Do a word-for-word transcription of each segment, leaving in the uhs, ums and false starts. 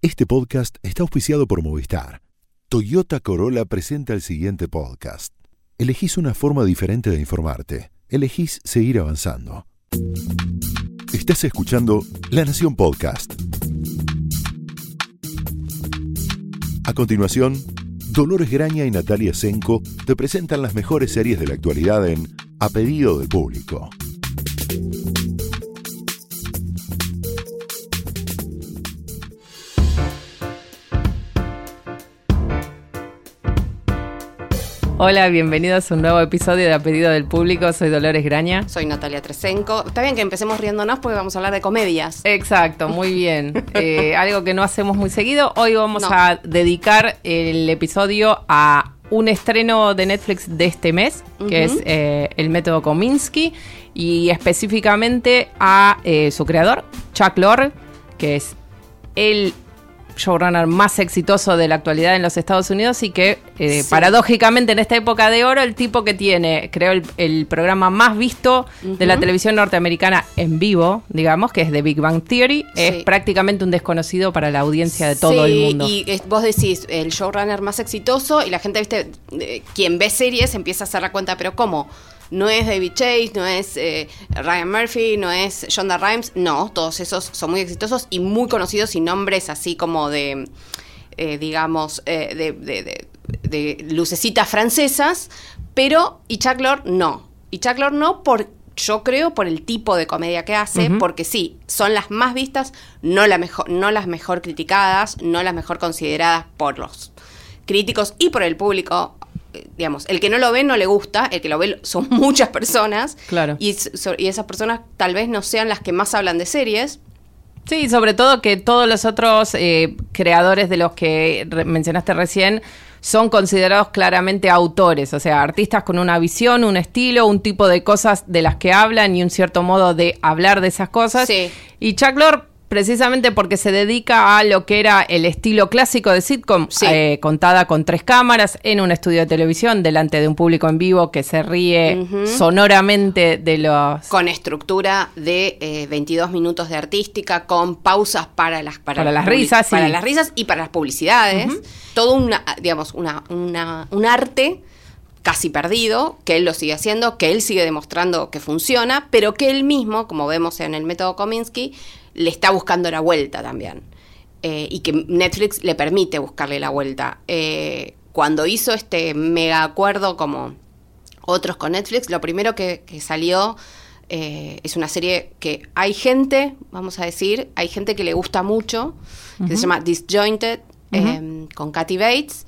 Este podcast está auspiciado por Movistar. Toyota Corolla presenta el siguiente podcast. Elegís una forma diferente de informarte. Elegís seguir avanzando. Estás escuchando La Nación Podcast. A continuación, Dolores Graña y Natalia Senko te presentan las mejores series de la actualidad en A Pedido del Público. Hola, bienvenidos a un nuevo episodio de A Pedido del Público. Soy Dolores Graña. Soy Natalia Tresenko. Está bien que empecemos riéndonos porque vamos a hablar de comedias. Exacto, muy bien. eh, algo que no hacemos muy seguido. Hoy vamos no. a dedicar el episodio a un estreno de Netflix de este mes, uh-huh. que es eh, El Método Kominsky, y específicamente a eh, su creador, Chuck Lorre, que es el showrunner más exitoso de la actualidad en los Estados Unidos y que eh, sí. paradójicamente en esta época de oro, el tipo que tiene, creo, el, el programa más visto uh-huh. de la televisión norteamericana en vivo, digamos, que es The Big Bang Theory, sí. es prácticamente un desconocido para la audiencia de todo sí, el mundo. Y es, vos decís, el showrunner más exitoso y la gente, viste, eh, quien ve series empieza a hacer la cuenta, pero ¿cómo? No es David Chase, no es eh, Ryan Murphy, no es Shonda Rhimes. No, todos esos son muy exitosos y muy conocidos y nombres así como de, eh, digamos, eh, de, de, de, de lucecitas francesas. Pero, y Chuck Lorre no. Y Chuck Lorre no por, yo creo, por el tipo de comedia que hace. Uh-huh. Porque sí, son las más vistas, no, la mejor, no las mejor criticadas, no las mejor consideradas por los críticos y por el público. Digamos, el que no lo ve no le gusta, el que lo ve son muchas personas. Claro. Y, y esas personas tal vez no sean las que más hablan de series. Sí, sobre todo que todos los otros eh, creadores de los que re- mencionaste recién son considerados claramente autores, o sea, artistas con una visión, un estilo, un tipo de cosas de las que hablan y un cierto modo de hablar de esas cosas. Sí. Y Chuck Lorre, precisamente porque se dedica a lo que era el estilo clásico de sitcom, sí. eh, contada con tres cámaras, en un estudio de televisión, delante de un público en vivo que se ríe uh-huh. sonoramente de los... Con estructura de eh, veintidós minutos de artística, con pausas para las, para para las public- risas. Para sí. las risas y para las publicidades. Uh-huh. Todo una, digamos, una, una, un arte casi perdido, que él lo sigue haciendo, que él sigue demostrando que funciona, pero que él mismo, como vemos en el Método Kominsky, le está buscando la vuelta también. Eh, y que Netflix le permite buscarle la vuelta. Eh, cuando hizo este mega acuerdo como otros con Netflix, lo primero que, que salió eh, es una serie que hay gente, vamos a decir, hay gente que le gusta mucho, uh-huh. que se llama Disjointed, uh-huh. eh, con Kathy Bates.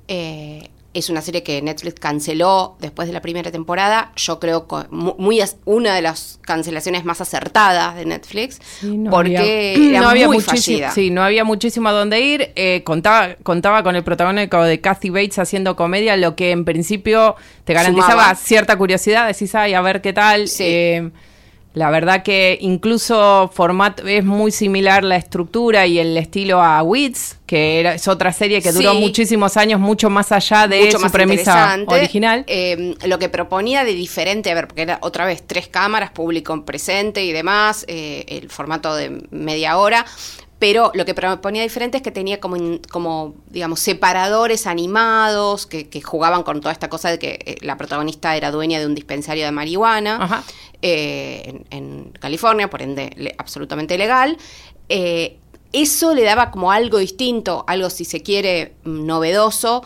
Eh, Es una serie que Netflix canceló después de la primera temporada. Yo creo que muy, una de las cancelaciones más acertadas de Netflix. Sí, no porque había, era no había muy fallida. Sí, no había muchísimo a dónde ir. Eh, contaba, contaba con el protagónico de Kathy Bates haciendo comedia, lo que en principio te garantizaba Sumaba. cierta curiosidad. Decís, ay, a ver qué tal. Sí. Eh, La verdad que incluso formato es muy similar la estructura y el estilo a Weeds, que era, es otra serie que duró sí. muchísimos años, mucho más allá de mucho su más premisa original. Eh, lo que proponía de diferente, a ver, porque era otra vez tres cámaras, público presente y demás, eh, el formato de media hora. Pero lo que proponía diferente es que tenía como, como digamos, separadores animados que, que jugaban con toda esta cosa de que eh, la protagonista era dueña de un dispensario de marihuana eh, en, en California, por ende le, absolutamente legal. Eh, eso le daba como algo distinto, algo, si se quiere, novedoso.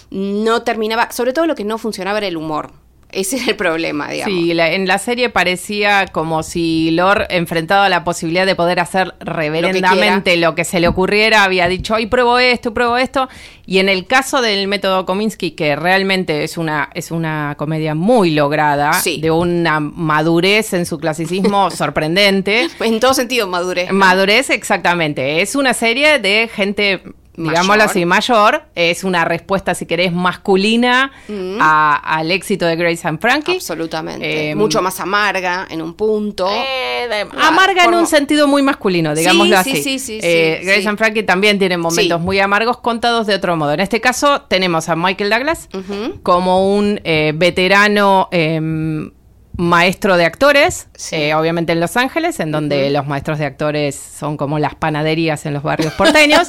No terminaba, sobre todo lo que no funcionaba era el humor. Ese es el problema, digamos. Sí, la, en la serie parecía como si Lorre, enfrentado a la posibilidad de poder hacer reverendamente lo que, lo que se le ocurriera, había dicho, ay, pruebo esto, pruebo esto. Y en el caso del Método Kominsky, que realmente es una, es una comedia muy lograda, sí. de una madurez en su clasicismo sorprendente. En todo sentido, madurez. ¿no? Madurez, exactamente. Es una serie de gente... digámoslo así, mayor, es una respuesta, si querés, masculina mm. a, al éxito de Grace and Frankie. Absolutamente. Eh, Mucho más amarga en un punto. Eh, de, amarga en un sentido muy masculino, digámoslo sí, así. Sí, sí, eh, sí. Grace sí. and Frankie también tienen momentos sí. muy amargos contados de otro modo. En este caso tenemos a Michael Douglas uh-huh. como un eh, veterano... Eh, maestro de actores, sí. eh, obviamente en Los Ángeles, en donde uh-huh. los maestros de actores son como las panaderías en los barrios porteños.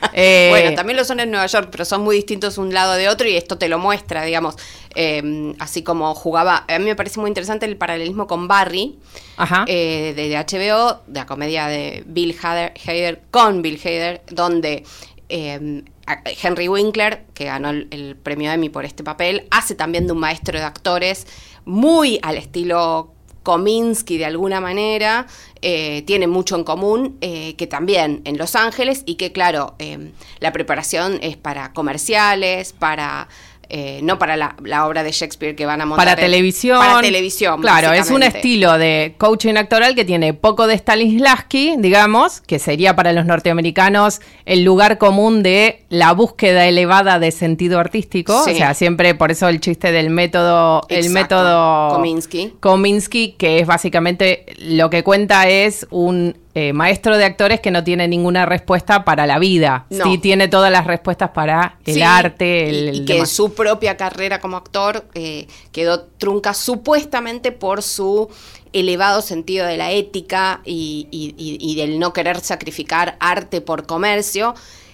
eh, bueno, también lo son en Nueva York, pero son muy distintos un lado de otro y esto te lo muestra, digamos. Eh, así como jugaba, a mí me parece muy interesante el paralelismo con Barry, Ajá. Eh, de, de H B O, de la comedia de Bill Hader, Hader con Bill Hader, donde eh, Henry Winkler, que ganó el, el premio Emmy por este papel, hace también de un maestro de actores muy al estilo Kominsky de alguna manera, eh, tiene mucho en común, eh, que también en Los Ángeles, y que claro, eh, la preparación es para comerciales, para... Eh, no para la, la obra de Shakespeare que van a montar. Para en, televisión. Para televisión, claro, es un estilo de coaching actoral que tiene poco de Stanislavski, digamos, que sería para los norteamericanos el lugar común de la búsqueda elevada de sentido artístico. Sí. O sea, siempre por eso el chiste del método, Exacto. el método Kominsky. Kominsky, que es básicamente lo que cuenta es un Eh, maestro de actores que no tiene ninguna respuesta para la vida. No. Sí tiene todas las respuestas para el sí, arte. El, y, el y que demás. Su propia carrera como actor eh, quedó trunca supuestamente por su elevado sentido de la ética y, y, y, y del no querer sacrificar arte por comercio.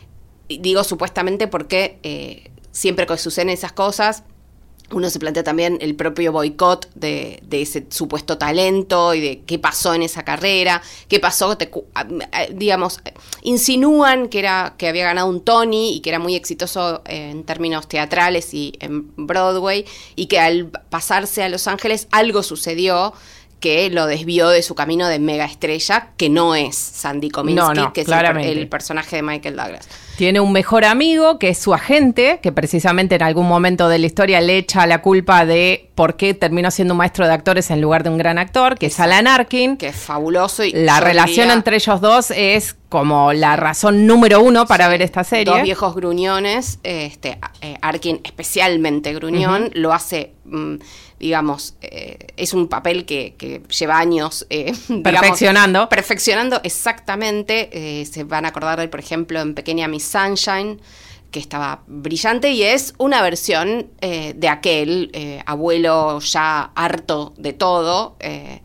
Y digo supuestamente porque eh, siempre que suceden esas cosas, uno se plantea también el propio boicot de, de ese supuesto talento y de qué pasó en esa carrera, qué pasó, te, digamos, insinúan que era que había ganado un Tony y que era muy exitoso en términos teatrales y en Broadway, y que al pasarse a Los Ángeles algo sucedió que lo desvió de su camino de mega estrella, que no es Sandy Kominsky, no, no, que es el, el personaje de Michael Douglas. Tiene un mejor amigo que es su agente, que precisamente en algún momento de la historia le echa la culpa de por qué terminó siendo un maestro de actores en lugar de un gran actor, que es Alan Arkin. Que es fabuloso. Y la relación diría, entre ellos dos es como la razón número uno para sí, ver esta serie. Dos viejos gruñones, este eh, Arkin especialmente gruñón, uh-huh. lo hace... Mm, digamos, eh, es un papel que, que lleva años eh, perfeccionando. Digamos, perfeccionando exactamente. Eh, se van a acordar de él, por ejemplo, en Pequeña Miss Sunshine, que estaba brillante, y es una versión eh, de aquel eh, abuelo ya harto de todo eh,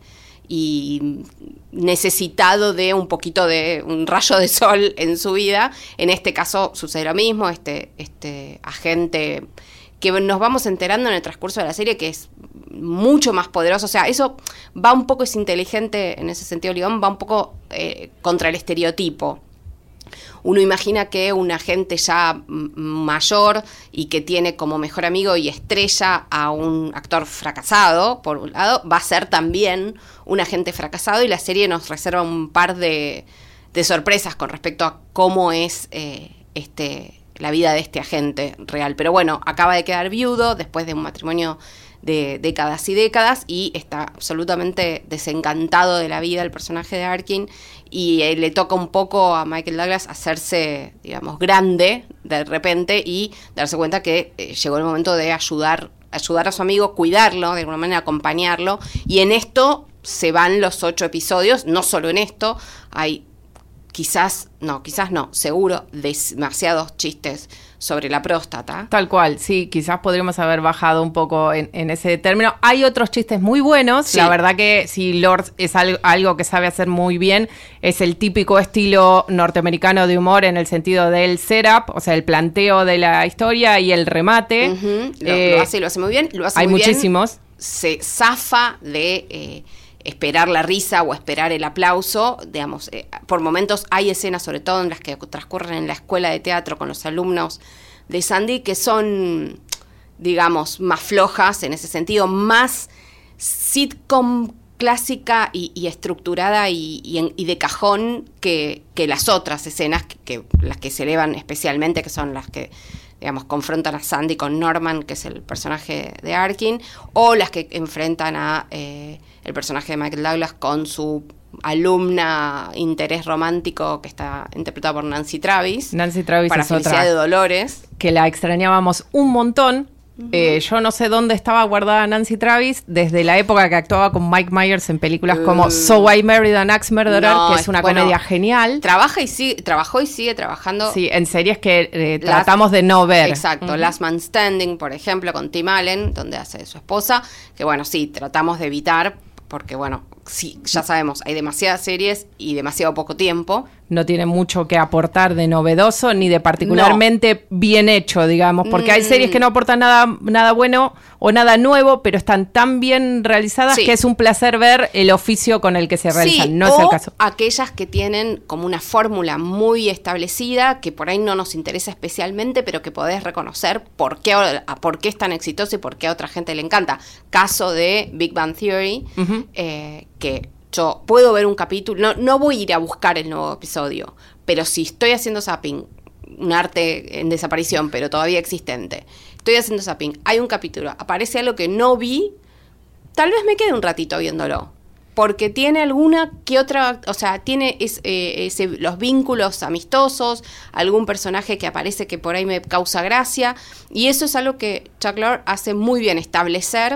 y necesitado de un poquito de un rayo de sol en su vida. En este caso sucede lo mismo, este, este agente que nos vamos enterando en el transcurso de la serie que es mucho más poderoso. O sea, eso va un poco, es inteligente en ese sentido, León, va un poco eh, contra el estereotipo. Uno imagina que un agente ya mayor y que tiene como mejor amigo y estrella a un actor fracasado, por un lado, va a ser también un agente fracasado, y la serie nos reserva un par de, de sorpresas con respecto a cómo es eh, este... la vida de este agente real. Pero bueno, acaba de quedar viudo después de un matrimonio de décadas y décadas y está absolutamente desencantado de la vida el personaje de Arkin, y eh, le toca un poco a Michael Douglas hacerse, digamos, grande de repente y darse cuenta que eh, llegó el momento de ayudar, ayudar a su amigo, cuidarlo, de alguna manera acompañarlo, y en esto se van los ocho episodios. No solo en esto, hay quizás, no, quizás no, seguro, demasiados chistes sobre la próstata. Tal cual, sí, quizás podríamos haber bajado un poco en, en ese término. Hay otros chistes muy buenos, sí. La verdad que si Lord es algo, algo que sabe hacer muy bien, es el típico estilo norteamericano de humor en el sentido del setup, o sea, el planteo de la historia y el remate. Uh-huh. Lo, eh, lo hace, lo hace muy bien, lo hace hay muy muchísimos. Bien. Se zafa de... Eh, esperar la risa o esperar el aplauso, digamos, eh, por momentos hay escenas, sobre todo en las que transcurren en la escuela de teatro con los alumnos de Sandy, que son, digamos, más flojas en ese sentido, más sitcom clásica y, y estructurada y, y, en, y de cajón que, que las otras escenas, que, que las que se elevan especialmente, que son las que, digamos, confrontan a Sandy con Norman, que es el personaje de Arkin, o las que enfrentan a eh, el personaje de Michael Douglas con su alumna interés romántico, que está interpretada por Nancy Travis. Nancy Travis para es Felicidad otra de Dolores. Que la extrañábamos un montón. Uh-huh. Eh, yo no sé dónde estaba guardada Nancy Travis desde la época que actuaba con Mike Myers en películas uh, como So I Married an Axe Murderer, no, que es una bueno, comedia genial. Trabaja y sigue, trabajó y sigue trabajando. Sí, en series que eh, tratamos Last, de no ver. Exacto, uh-huh. Last Man Standing, por ejemplo, con Tim Allen, donde hace de su esposa, que bueno, sí, tratamos de evitar, porque bueno, sí, ya sabemos, hay demasiadas series y demasiado poco tiempo. No tiene mucho que aportar de novedoso ni de particularmente no. bien hecho, digamos, porque mm. hay series que no aportan nada, nada bueno o nada nuevo, pero están tan bien realizadas sí. que es un placer ver el oficio con el que se realizan. Sí, no es el caso. Aquellas que tienen como una fórmula muy establecida, que por ahí no nos interesa especialmente, pero que podés reconocer por qué, por qué es tan exitoso y por qué a otra gente le encanta. Caso de Big Bang Theory, uh-huh. eh, que yo puedo ver un capítulo, no, no voy a ir a buscar el nuevo episodio, pero si estoy haciendo zapping, un arte en desaparición, pero todavía existente, estoy haciendo zapping, hay un capítulo, aparece algo que no vi, tal vez me quede un ratito viéndolo, porque tiene alguna que otra, o sea, tiene es, eh, ese, los vínculos amistosos, algún personaje que aparece que por ahí me causa gracia, y eso es algo que Chuck Lorre hace muy bien, establecer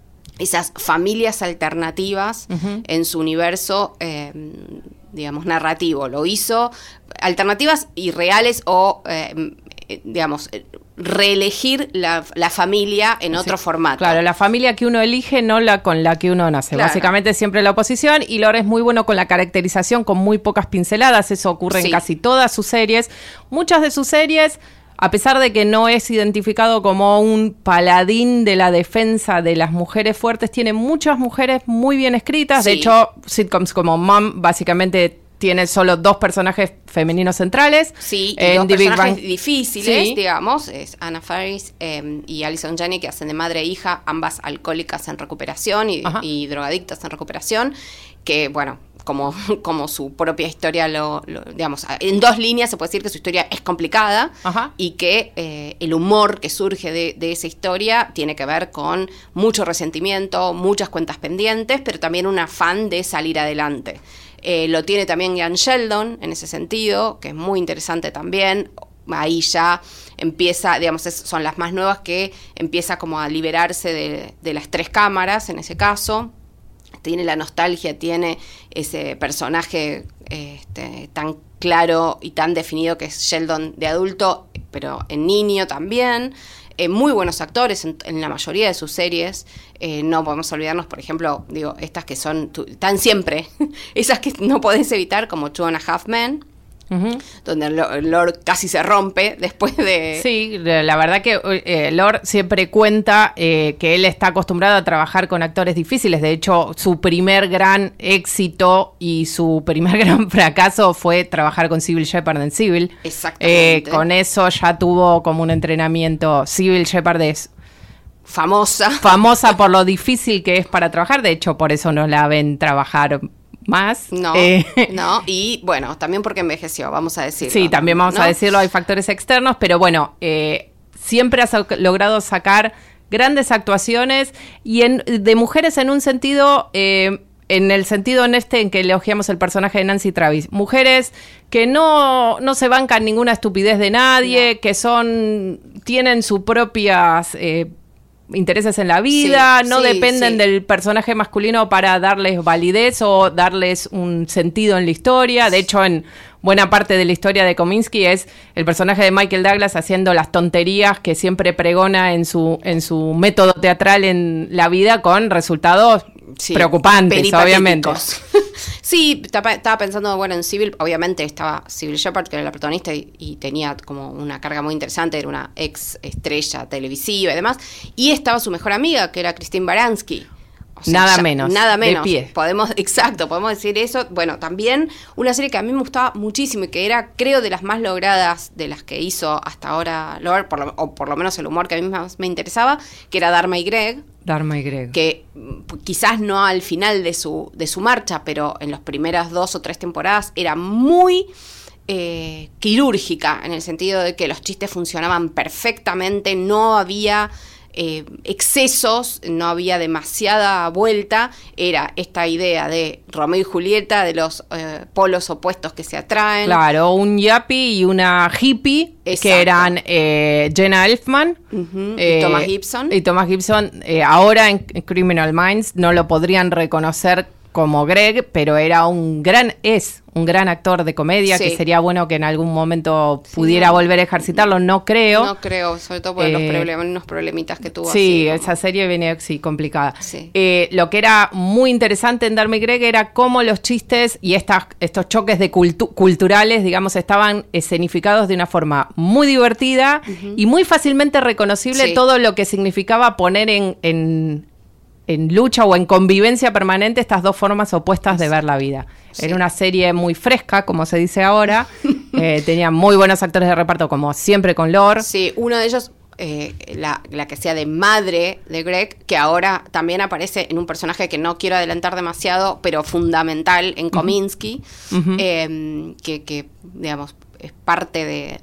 esas familias alternativas uh-huh. en su universo, eh, digamos, narrativo. Lo hizo, alternativas irreales o, eh, digamos, reelegir la, la familia en otro sí, formato. Claro, la familia que uno elige, no la con la que uno nace. Claro. Básicamente siempre la oposición, y Lorre es muy bueno con la caracterización, con muy pocas pinceladas. Eso ocurre sí. en casi todas sus series. Muchas de sus series, a pesar de que no es identificado como un paladín de la defensa de las mujeres fuertes, tiene muchas mujeres muy bien escritas. Sí. De hecho, sitcoms como Mom básicamente tiene solo dos personajes femeninos centrales. Sí, y dos personajes difíciles, sí. digamos. Es Anna Faris eh, y Allison Janney, que hacen de madre e hija, ambas alcohólicas en recuperación y, y drogadictas en recuperación, que, bueno, como, como su propia historia, lo, lo digamos, en dos líneas se puede decir que su historia es complicada. Ajá. Y que eh, el humor que surge de, de esa historia tiene que ver con mucho resentimiento, muchas cuentas pendientes, pero también un afán de salir adelante. Eh, lo tiene también Young Sheldon en ese sentido, que es muy interesante también. Ahí ya empieza, digamos, es, son las más nuevas, que empieza como a liberarse de, de las tres cámaras en ese caso. Tiene la nostalgia, tiene ese personaje este, tan claro y tan definido que es Sheldon de adulto, pero en niño también. Eh, muy buenos actores en, en la mayoría de sus series. Eh, no podemos olvidarnos, por ejemplo, digo, estas que son tu, tan siempre, esas que no podés evitar, como Two and a Half Men. Uh-huh. Donde Lorre casi se rompe después de... Sí, la verdad que eh, Lorre siempre cuenta eh, que él está acostumbrado a trabajar con actores difíciles. De hecho, su primer gran éxito y su primer gran fracaso fue trabajar con Cybill Shepherd en Cybill. Exactamente. Eh, con eso ya tuvo como un entrenamiento. Cybill Shepherd es famosa. Famosa por lo difícil que es para trabajar. De hecho, por eso no la ven trabajar más. No, eh. no, y bueno, también porque envejeció, vamos a decirlo. Sí, también vamos ¿no? a decirlo, hay factores externos, pero bueno, eh, siempre has logrado sacar grandes actuaciones y en, de mujeres en un sentido, eh, en el sentido en este en que elogiamos el personaje de Nancy Travis. Mujeres que no, no se bancan ninguna estupidez de nadie, no. que son, tienen sus propias... Eh, intereses en la vida, sí, no sí, dependen sí. del personaje masculino para darles validez o darles un sentido en la historia. De hecho, en buena parte de la historia de Kominsky es el personaje de Michael Douglas haciendo las tonterías que siempre pregona en su, en su método teatral en la vida, con resultados sí, preocupantes, obviamente. Sí, estaba pensando, bueno, en Cybill, obviamente estaba Cybill Shepherd, que era la protagonista y, y tenía como una carga muy interesante, era una ex estrella televisiva y demás, y estaba su mejor amiga, que era Christine Baranski. O sea, nada ya, menos. Nada menos. De pie. Podemos, exacto, podemos decir eso. Bueno, también una serie que a mí me gustaba muchísimo y que era, creo, de las más logradas de las que hizo hasta ahora Lorre, por lo, o por lo menos el humor que a mí más me interesaba, que era Dharma y Greg. Dharma y Greg. Que quizás no al final de su, de su marcha, pero en las primeras dos o tres temporadas era muy eh, quirúrgica, en el sentido de que los chistes funcionaban perfectamente, no había... Eh, excesos, no había demasiada vuelta, era esta idea de Romeo y Julieta, de los eh, polos opuestos que se atraen. Claro, un yuppie y una hippie. Exacto. Que eran eh, Jenna Elfman uh-huh. eh, y Thomas Gibson. Y Thomas Gibson, eh, ahora en Criminal Minds no lo podrían reconocer como Greg, pero era un gran, es un gran actor de comedia, sí. que sería bueno que en algún momento pudiera sí, no, volver a ejercitarlo, no creo. No creo, sobre todo por eh, los problemas, unos problemitas que tuvo. Sí, así, esa como... serie viene sí, complicada. Sí. Eh, lo que era muy interesante en Darmy Greg era cómo los chistes y estas, estos choques de cultu- culturales, digamos, estaban escenificados de una forma muy divertida uh-huh. y muy fácilmente reconocible sí. todo lo que significaba poner en... en en lucha o en convivencia permanente estas dos formas opuestas de ver la vida. Sí. Era una serie muy fresca, como se dice ahora, eh, tenía muy buenos actores de reparto, como siempre con Lore. Sí, uno de ellos, eh, la, la que sea de madre de Greg, que ahora también aparece en un personaje que no quiero adelantar demasiado, pero fundamental en Kominsky, uh-huh. eh, que, que, digamos, es parte de...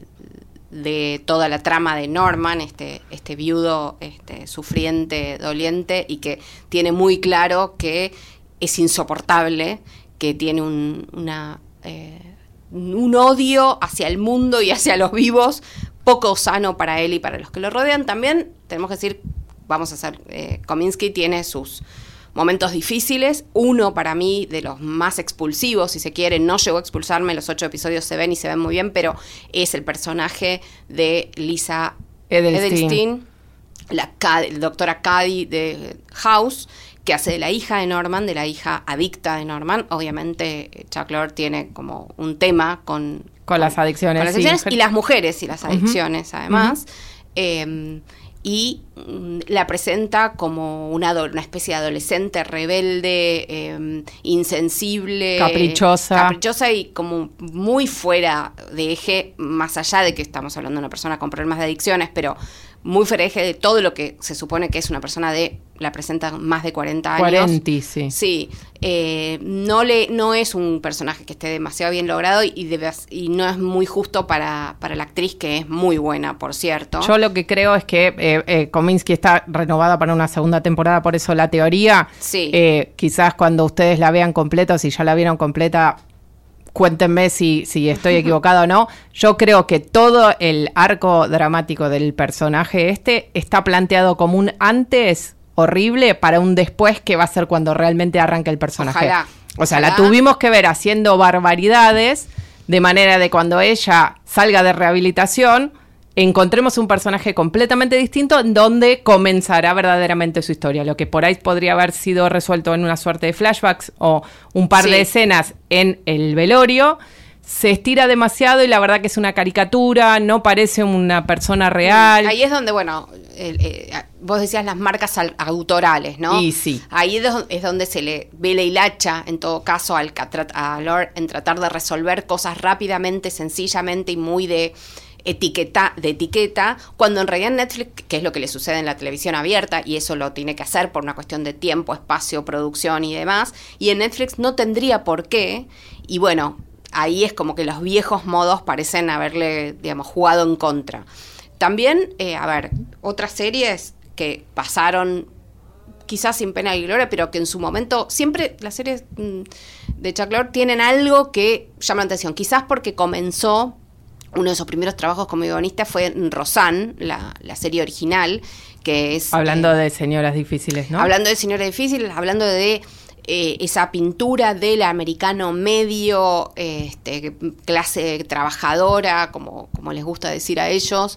de toda la trama de Norman, este, este viudo este, sufriente, doliente, y que tiene muy claro que es insoportable, que tiene un, una, eh, un odio hacia el mundo y hacia los vivos poco sano para él y para los que lo rodean. También tenemos que decir, vamos a hacer, eh, Kominsky tiene sus momentos difíciles. Uno, para mí, de los más expulsivos, si se quiere, no llegó a expulsarme, los ocho episodios se ven y se ven muy bien, pero es el personaje de Lisa Edelstein, Edelstein la Cady, doctora Cady de House, que hace de la hija de Norman, de la hija adicta de Norman. Obviamente, Chuck Lorre tiene como un tema con... Con, con las adicciones. Con las adicciones sí. y las mujeres y las adicciones, uh-huh. además. Uh-huh. Eh, y mm, la presenta como una, ado- una especie de adolescente rebelde, eh, insensible, caprichosa. caprichosa y como muy fuera de eje, más allá de que estamos hablando de una persona con problemas de adicciones, pero muy fuera de eje de todo lo que se supone que es una persona de, la presenta más de cuarenta años. cuarenta, sí. Sí, eh, no le no es un personaje que esté demasiado bien logrado y, debe, y no es muy justo para, para la actriz, que es muy buena, por cierto. Yo lo que creo es que eh, eh, Kominsky está renovada para una segunda temporada, por eso la teoría, sí. eh, quizás cuando ustedes la vean completa, o si ya la vieron completa, cuéntenme si, si estoy equivocada o no. Yo creo que todo el arco dramático del personaje este está planteado como un antes horrible para un después que va a ser cuando realmente arranque el personaje. Ojalá. O sea, Ojalá. La tuvimos que ver haciendo barbaridades, de manera de cuando ella salga de rehabilitación, encontremos un personaje completamente distinto en donde comenzará verdaderamente su historia. Lo que por ahí podría haber sido resuelto en una suerte de flashbacks o un par sí. de escenas en el velorio, se estira demasiado y la verdad que es una caricatura, no parece una persona real. Ahí es donde, bueno, eh, eh, vos decías las marcas al, autorales, ¿no? Y sí. Ahí es, es donde se le ve la hilacha, en todo caso, al, a Lorre en tratar de resolver cosas rápidamente, sencillamente y muy de... etiqueta de etiqueta, cuando en realidad Netflix, que es lo que le sucede en la televisión abierta, y eso lo tiene que hacer por una cuestión de tiempo, espacio, producción y demás, y en Netflix no tendría por qué, y bueno, ahí es como que los viejos modos parecen haberle, digamos, jugado en contra. También, eh, a ver, otras series que pasaron quizás sin pena y gloria, pero que en su momento, siempre las series mmm, de Chuck Lorre tienen algo que llama la atención, quizás porque comenzó. Uno de sus primeros trabajos como guionista fue en Roseanne, la, la serie original, que es... Hablando eh, de señoras difíciles, ¿no? Hablando de señoras difíciles, hablando de eh, esa pintura del americano medio, eh, este, clase trabajadora, como, como les gusta decir a ellos,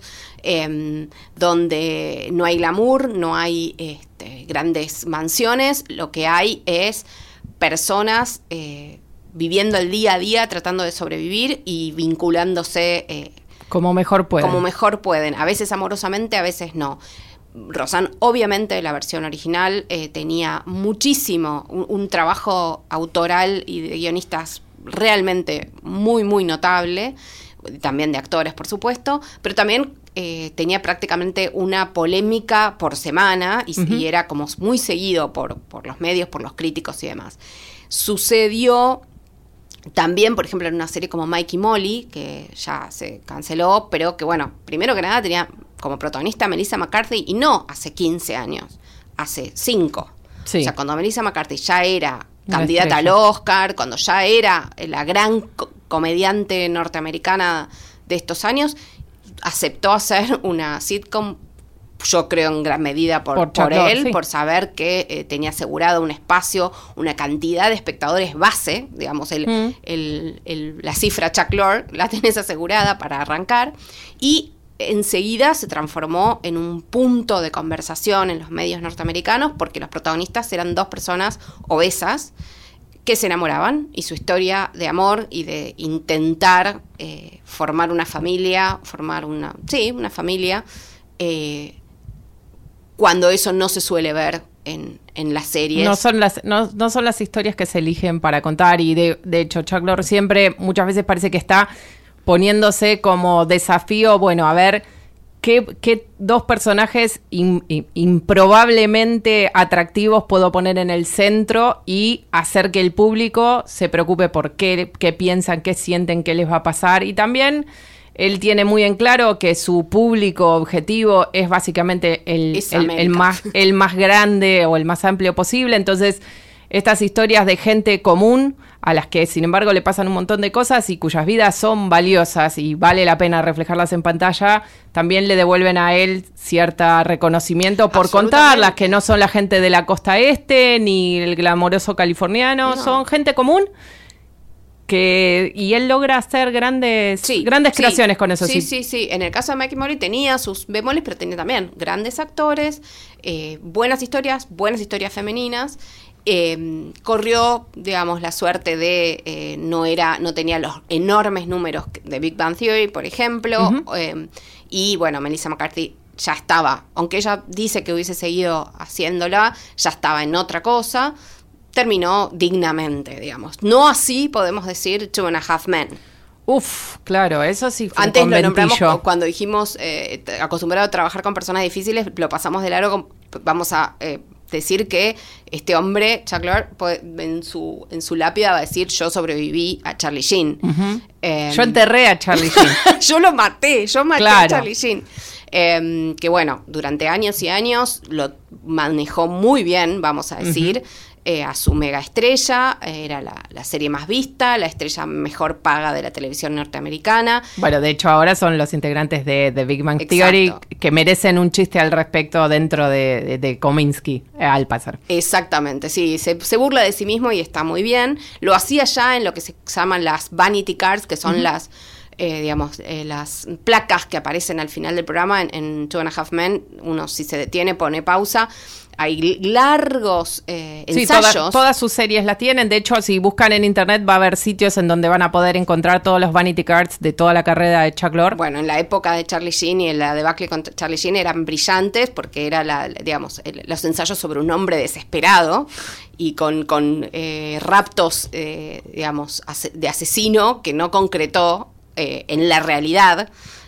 eh, donde no hay glamour, no hay este, grandes mansiones, lo que hay es personas... Eh, viviendo el día a día, tratando de sobrevivir y vinculándose... Eh, como mejor pueden. Como mejor pueden. A veces amorosamente, a veces no. Roseanne, obviamente, la versión original eh, tenía muchísimo, un, un trabajo autoral y de guionistas realmente muy, muy notable. También de actores, por supuesto. Pero también eh, tenía prácticamente una polémica por semana y, uh-huh. y era como muy seguido por, por los medios, por los críticos y demás. Sucedió... También, por ejemplo, en una serie como Mike y Molly, que ya se canceló, pero que, bueno, primero que nada tenía como protagonista a Melissa McCarthy, y no hace quince años, hace cinco. Sí. O sea, cuando Melissa McCarthy ya era una candidata estrella. Al Oscar, cuando ya era la gran co- comediante norteamericana de estos años, aceptó hacer una sitcom yo creo en gran medida por, por, por él, sí. por saber que eh, tenía asegurado un espacio, una cantidad de espectadores base, digamos, el, mm. el, el, la cifra Chuck Lorre la tenés asegurada para arrancar, y enseguida se transformó en un punto de conversación en los medios norteamericanos porque los protagonistas eran dos personas obesas que se enamoraban, y su historia de amor y de intentar eh, formar una familia, formar una, sí, una familia, eh, cuando eso no se suele ver en, en las series. No son las, no, no son las historias que se eligen para contar, y de, de hecho Chuck Lorre siempre, muchas veces parece que está poniéndose como desafío, bueno, a ver, ¿qué, qué dos personajes in, in, improbablemente atractivos puedo poner en el centro y hacer que el público se preocupe por qué, qué piensan, qué sienten, qué les va a pasar? Y también él tiene muy en claro que su público objetivo es básicamente el, el, el, más, el más grande o el más amplio posible, entonces estas historias de gente común a las que sin embargo le pasan un montón de cosas y cuyas vidas son valiosas y vale la pena reflejarlas en pantalla, también le devuelven a él cierto reconocimiento por contarlas, que no son la gente de la costa este ni el glamoroso californiano, no. son gente común. Que, y él logra hacer grandes, sí, grandes sí, creaciones con eso. Sí, sí, sí, sí. En el caso de Mike y Molly tenía sus bemoles, pero tenía también grandes actores, eh, buenas historias, buenas historias femeninas. Eh, corrió, digamos, la suerte de eh, no era, no tenía los enormes números de Big Bang Theory, por ejemplo, uh-huh. eh, y bueno, Melissa McCarthy ya estaba, aunque ella dice que hubiese seguido haciéndola, ya estaba en otra cosa. Terminó dignamente, digamos. No así podemos decir Two and a Half Men. Uf, claro, eso sí fue Antes un lo nombramos cuando dijimos eh, acostumbrado a trabajar con personas difíciles, lo pasamos de largo. Vamos a eh, decir que este hombre, Chuck Lorre, en su, en su lápida va a decir: yo sobreviví a Charlie Sheen. Uh-huh. eh, yo enterré a Charlie Sheen. Yo lo maté, yo maté claro. a Charlie Sheen. Eh, que bueno, durante años y años lo manejó muy bien, vamos a decir. Uh-huh. Eh, a su mega estrella, eh, era la, la serie más vista, la estrella mejor paga de la televisión norteamericana. Bueno, de hecho ahora son los integrantes de, de Big Bang Theory. Exacto. Que merecen un chiste al respecto dentro de, de, de Kominsky, eh, al pasar. Exactamente, sí, se, se burla de sí mismo y está muy bien. Lo hacía ya en lo que se llaman las vanity cards, que son uh-huh. las... Eh, digamos, eh, las placas que aparecen al final del programa en, en Two and a Half Men. Uno, si se detiene, pone pausa. Hay largos eh, ensayos. Sí, toda, todas sus series las tienen. De hecho, si buscan en internet va a haber sitios en donde van a poder encontrar todos los vanity cards de toda la carrera de Chuck Lorre. Bueno, en la época de Charlie Sheen y en la debacle con Charlie Sheen eran brillantes porque era la, digamos, el, los ensayos sobre un hombre desesperado y con, con eh, raptos, eh, digamos, de asesino que no concretó Eh, en la realidad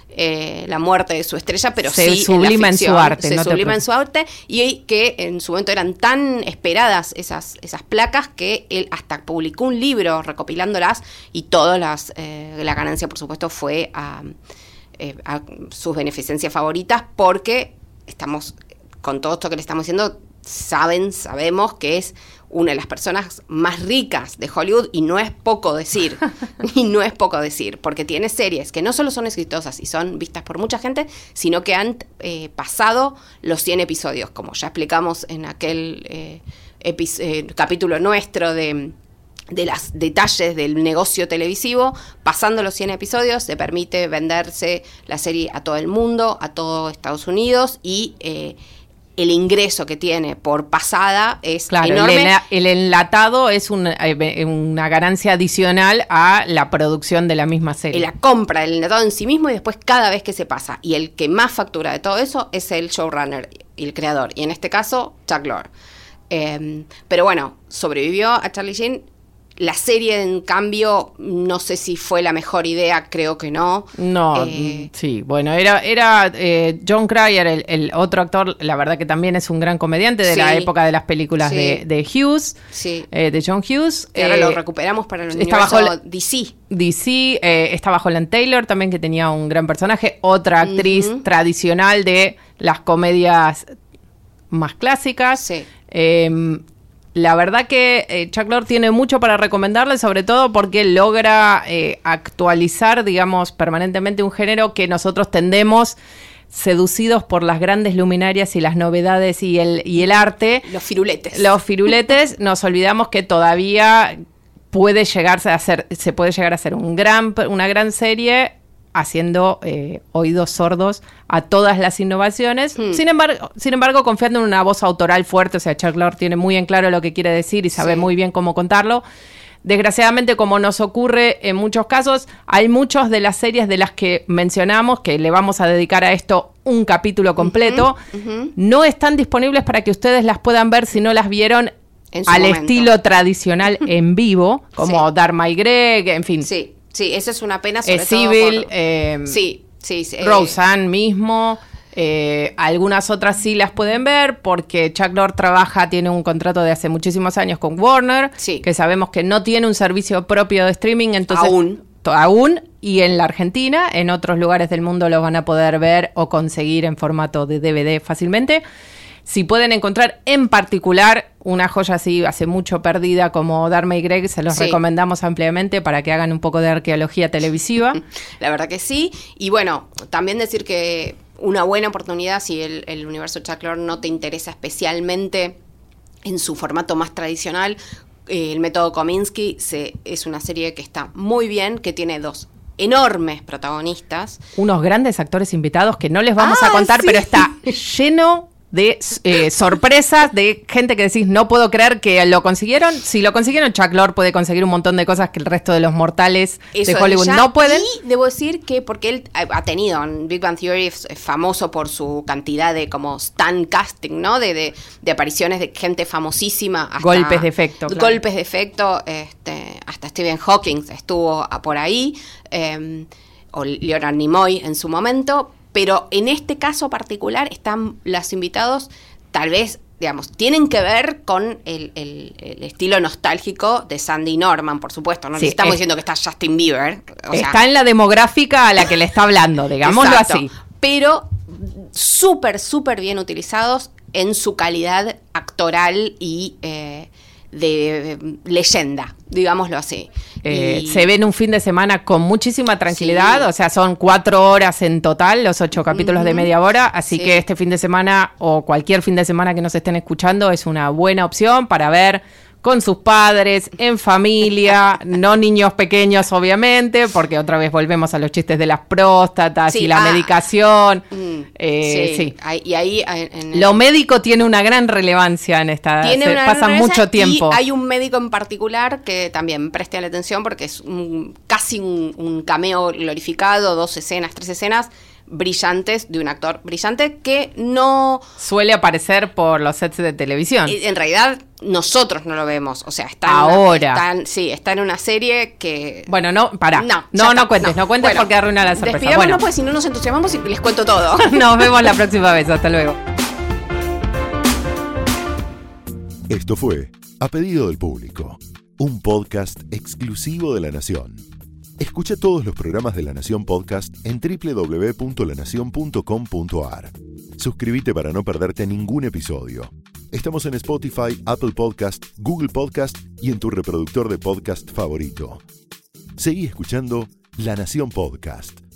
eh, la muerte de su estrella, pero se sí sublima en la ficción, en su arte, se no sublima te... en su arte, y que en su momento eran tan esperadas esas, esas placas que él hasta publicó un libro recopilándolas, y todas las eh, la ganancia por supuesto fue a, eh, a sus beneficencias favoritas, porque estamos con todo esto que le estamos diciendo, saben, sabemos que es una de las personas más ricas de Hollywood, y no es poco decir, y no es poco decir, porque tiene series que no solo son exitosas y son vistas por mucha gente, sino que han eh, pasado los cien episodios, como ya explicamos en aquel eh, epi- eh, capítulo nuestro de, de los detalles del negocio televisivo. Pasando los cien episodios se permite venderse la serie a todo el mundo, a todo Estados Unidos, y eh, el ingreso que tiene por pasada es claro, enorme. El, el enlatado es una, una ganancia adicional a la producción de la misma serie. La compra del enlatado en sí mismo y después cada vez que se pasa. Y el que más factura de todo eso es el showrunner y el creador. Y en este caso, Chuck Lorre. Eh, pero bueno, sobrevivió a Charlie Sheen. La serie, en cambio, no sé si fue la mejor idea, creo que no. No, eh, sí, bueno, era era eh, John Cryer, el, el otro actor, la verdad que también es un gran comediante de sí, la época de las películas sí, de, de Hughes, sí. eh, de John Hughes. Y ahora eh, lo recuperamos para el universo bajo D C. D C, eh, estaba Holland Taylor también, que tenía un gran personaje, otra actriz uh-huh. tradicional de las comedias más clásicas. Sí. Eh, La verdad que eh, Chuck Lorre tiene mucho para recomendarle, sobre todo porque logra eh, actualizar, digamos, permanentemente un género que nosotros tendemos seducidos por las grandes luminarias y las novedades y el, y el arte. Los firuletes. Los firuletes, nos olvidamos que todavía puede llegarse a hacer, se puede llegar a hacer un gran, una gran serie haciendo eh, oídos sordos a todas las innovaciones. Hmm. Sin embargo, sin embargo, confiando en una voz autoral fuerte, o sea, Chuck Lorre tiene muy en claro lo que quiere decir y sabe sí. muy bien cómo contarlo. Desgraciadamente, como nos ocurre en muchos casos, hay muchas de las series de las que mencionamos, que le vamos a dedicar a esto un capítulo completo, uh-huh, uh-huh. no están disponibles para que ustedes las puedan ver si no las vieron al momento. Estilo tradicional en vivo, como sí. Dharma y Greg, en fin. Sí, sí, eso es una pena, sobre eh, todo Civil, por... eh, sí, sí, sí, Roseanne eh... mismo... Eh, algunas otras sí las pueden ver porque Chuck Lorre trabaja, tiene un contrato de hace muchísimos años con Warner, sí. que sabemos que no tiene un servicio propio de streaming, entonces aún, to, aún y en la Argentina, en otros lugares del mundo los van a poder ver o conseguir en formato de D V D fácilmente. Si pueden encontrar en particular una joya así hace mucho perdida como Dharma y Greg, se los sí. recomendamos ampliamente para que hagan un poco de arqueología televisiva. La verdad que sí, y bueno, también decir que una buena oportunidad si el, el universo Chuck Lorre no te interesa especialmente en su formato más tradicional. Eh, el método Kominsky se, es una serie que está muy bien, que tiene dos enormes protagonistas. Unos grandes actores invitados que no les vamos ah, a contar, sí. pero está lleno de eh, sorpresas, de gente que decís, no puedo creer que lo consiguieron. Si lo consiguieron, Chuck Lorre puede conseguir un montón de cosas que el resto de los mortales Eso de Hollywood no pueden. Y debo decir que, porque él ha tenido en Big Bang Theory, es famoso por su cantidad de como stan casting, ¿no? De, de, de apariciones de gente famosísima. Hasta golpes de efecto. Golpes claro. de efecto, este, hasta Stephen Hawking estuvo por ahí, eh, o Leonard Nimoy en su momento. Pero en este caso particular están los invitados, tal vez, digamos, tienen que ver con el, el, el estilo nostálgico de Sandy Norman, por supuesto. No sí, estamos es, diciendo que está Justin Bieber. O está sea, en la demográfica a la que le está hablando, digámoslo exacto, así. Pero súper, súper bien utilizados en su calidad actoral y eh, de, de leyenda, digámoslo así. Eh, y... Se ven un fin de semana con muchísima tranquilidad, sí. o sea, son cuatro horas en total, los ocho capítulos uh-huh. de media hora, así sí. que este fin de semana o cualquier fin de semana que nos estén escuchando es una buena opción para ver con sus padres, en familia, no niños pequeños obviamente, porque otra vez volvemos a los chistes de las próstatas sí, y la ah, medicación. Mm, eh, sí. sí. Y ahí en lo médico tiene una gran relevancia en esta. Tiene se una pasa mucho tiempo. Y hay un médico en particular que también preste la atención porque es un, casi un, un cameo glorificado, dos escenas, tres escenas brillantes de un actor brillante que no suele aparecer por los sets de televisión. En realidad nosotros no lo vemos, o sea, está ahora. En una, está, sí, está en una serie que bueno, no, pará. No, no, no cuentes, no, no cuentes bueno, porque arruina la sorpresa. Despidámonos bueno. Pues si no nos entusiasmamos y les cuento todo. Nos vemos la próxima vez, hasta luego. Esto fue A Pedido del Público, un podcast exclusivo de La Nación. Escucha todos los programas de La Nación Podcast en doble u doble u doble u punto la nación punto com punto a r. Suscríbete para no perderte ningún episodio. Estamos en Spotify, Apple Podcast, Google Podcast y en tu reproductor de podcast favorito. Seguí escuchando La Nación Podcast.